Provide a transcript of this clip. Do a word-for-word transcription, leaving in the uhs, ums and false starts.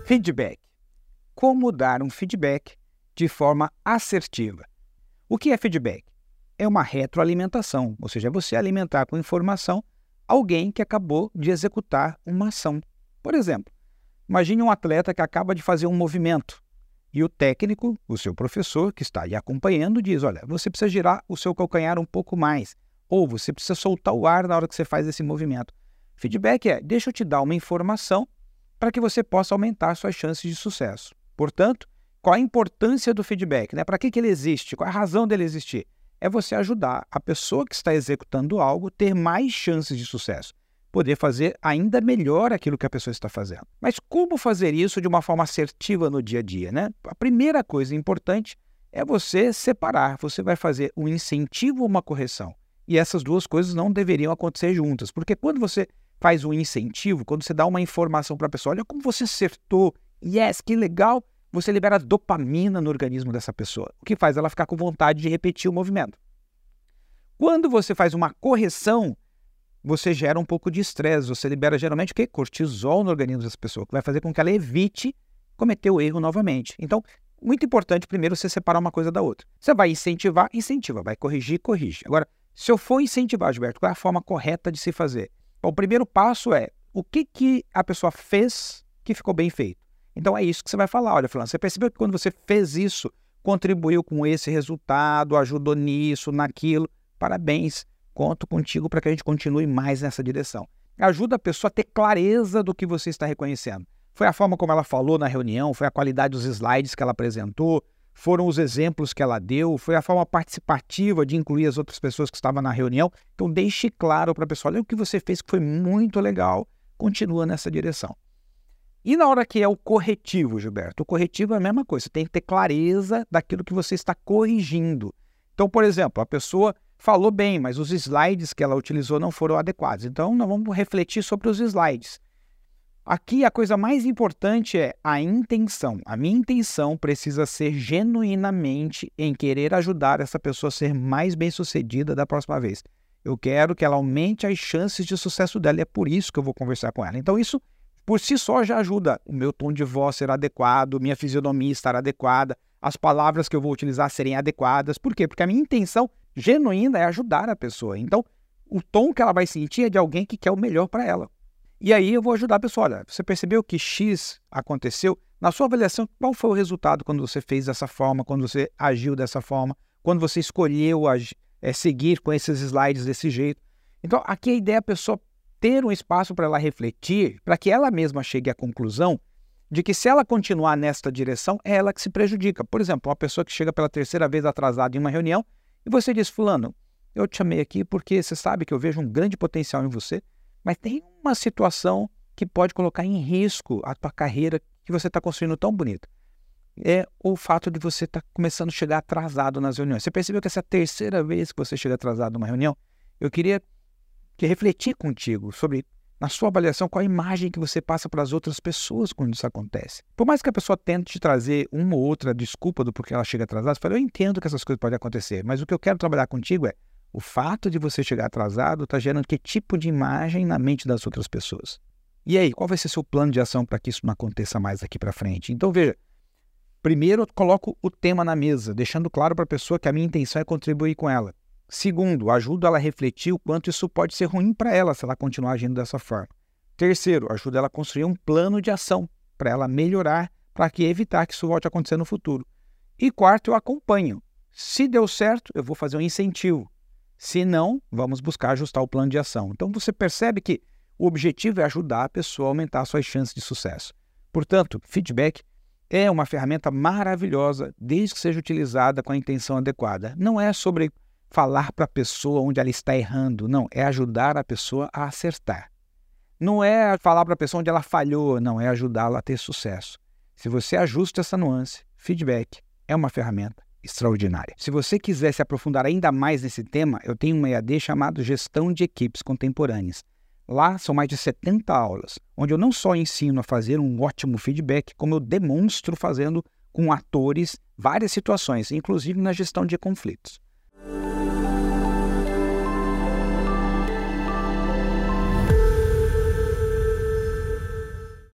Feedback. Como dar um feedback de forma assertiva? O que é feedback? É uma retroalimentação, ou seja, é você alimentar com informação alguém que acabou de executar uma ação. Por exemplo, imagine um atleta que acaba de fazer um movimento e o técnico, o seu professor, que está lhe acompanhando, diz: olha, você precisa girar o seu calcanhar um pouco mais, ou você precisa soltar o ar na hora que você faz esse movimento. Feedback é: deixa eu te dar uma informação para que você possa aumentar suas chances de sucesso. Portanto, qual a importância do feedback? Né? Para que, que ele existe? Qual é a razão dele existir? É você ajudar a pessoa que está executando algo a ter mais chances de sucesso, poder fazer ainda melhor aquilo que a pessoa está fazendo. Mas como fazer isso de uma forma assertiva no dia a dia, né? A primeira coisa importante é você separar. Você vai fazer um incentivo ou uma correção. E essas duas coisas não deveriam acontecer juntas, porque quando você faz um incentivo, quando você dá uma informação para a pessoa, olha como você acertou, yes, que legal, você libera dopamina no organismo dessa pessoa, o que faz ela ficar com vontade de repetir o movimento. Quando você faz uma correção, você gera um pouco de estresse, você libera geralmente o quê? Cortisol no organismo dessa pessoa, que vai fazer com que ela evite cometer o erro novamente. Então, muito importante primeiro você separar uma coisa da outra. Você vai incentivar, incentiva, vai corrigir, corrige. Agora, se eu for incentivar, Gilberto, qual é a forma correta de se fazer? Bom, o primeiro passo é o que, que a pessoa fez que ficou bem feito. Então é isso que você vai falar. Olha, fulano, você percebeu que quando você fez isso, contribuiu com esse resultado, ajudou nisso, naquilo. Parabéns, conto contigo para que a gente continue mais nessa direção. Ajuda a pessoa a ter clareza do que você está reconhecendo. Foi a forma como ela falou na reunião, foi a qualidade dos slides que ela apresentou, foram os exemplos que ela deu, foi a forma participativa de incluir as outras pessoas que estavam na reunião. Então deixe claro para a pessoa, olha o que você fez que foi muito legal, continua nessa direção. E na hora que é o corretivo, Gilberto? O corretivo é a mesma coisa, você tem que ter clareza daquilo que você está corrigindo. Então, por exemplo, a pessoa falou bem, mas os slides que ela utilizou não foram adequados. Então, nós vamos refletir sobre os slides. Aqui a coisa mais importante é a intenção. A minha intenção precisa ser genuinamente em querer ajudar essa pessoa a ser mais bem-sucedida da próxima vez. Eu quero que ela aumente as chances de sucesso dela e é por isso que eu vou conversar com ela. Então isso por si só já ajuda o meu tom de voz ser adequado, minha fisionomia estar adequada, as palavras que eu vou utilizar serem adequadas. Por quê? Porque a minha intenção genuína é ajudar a pessoa. Então o tom que ela vai sentir é de alguém que quer o melhor para ela. E aí eu vou ajudar a pessoa. Olha, você percebeu que X aconteceu? Na sua avaliação, qual foi o resultado quando você fez dessa forma, quando você agiu dessa forma, quando você escolheu é, seguir com esses slides desse jeito? Então, aqui a ideia é a pessoa ter um espaço para ela refletir, para que ela mesma chegue à conclusão de que se ela continuar nesta direção, é ela que se prejudica. Por exemplo, uma pessoa que chega pela terceira vez atrasada em uma reunião e você diz: fulano, eu te chamei aqui porque você sabe que eu vejo um grande potencial em você, mas tem uma situação que pode colocar em risco a tua carreira que você está construindo tão bonita. É o fato de você estar tá começando a chegar atrasado nas reuniões. Você percebeu que essa é a terceira vez que você chega atrasado numa reunião? Eu queria que refletir contigo sobre, na sua avaliação, qual a imagem que você passa para as outras pessoas quando isso acontece. Por mais que a pessoa tente te trazer uma ou outra desculpa do porquê ela chega atrasada, você fala: eu entendo que essas coisas podem acontecer, mas o que eu quero trabalhar contigo é o fato de você chegar atrasado está gerando que tipo de imagem na mente das outras pessoas? E aí, qual vai ser seu plano de ação para que isso não aconteça mais daqui para frente? Então, veja, primeiro eu coloco o tema na mesa, deixando claro para a pessoa que a minha intenção é contribuir com ela. Segundo, ajudo ela a refletir o quanto isso pode ser ruim para ela se ela continuar agindo dessa forma. Terceiro, ajudo ela a construir um plano de ação para ela melhorar, para que evitar que isso volte a acontecer no futuro. E quarto, eu acompanho. Se deu certo, eu vou fazer um incentivo. Se não, vamos buscar ajustar o plano de ação. Então você percebe que o objetivo é ajudar a pessoa a aumentar suas chances de sucesso. Portanto, feedback é uma ferramenta maravilhosa desde que seja utilizada com a intenção adequada. Não é sobre falar para a pessoa onde ela está errando, não. É ajudar a pessoa a acertar. Não é falar para a pessoa onde ela falhou, não. É ajudá-la a ter sucesso. Se você ajusta essa nuance, feedback é uma ferramenta extraordinária. Se você quiser se aprofundar ainda mais nesse tema, eu tenho um E A D chamado Gestão de Equipes Contemporâneas. Lá são mais de setenta aulas, onde eu não só ensino a fazer um ótimo feedback, como eu demonstro fazendo com atores várias situações, inclusive na gestão de conflitos.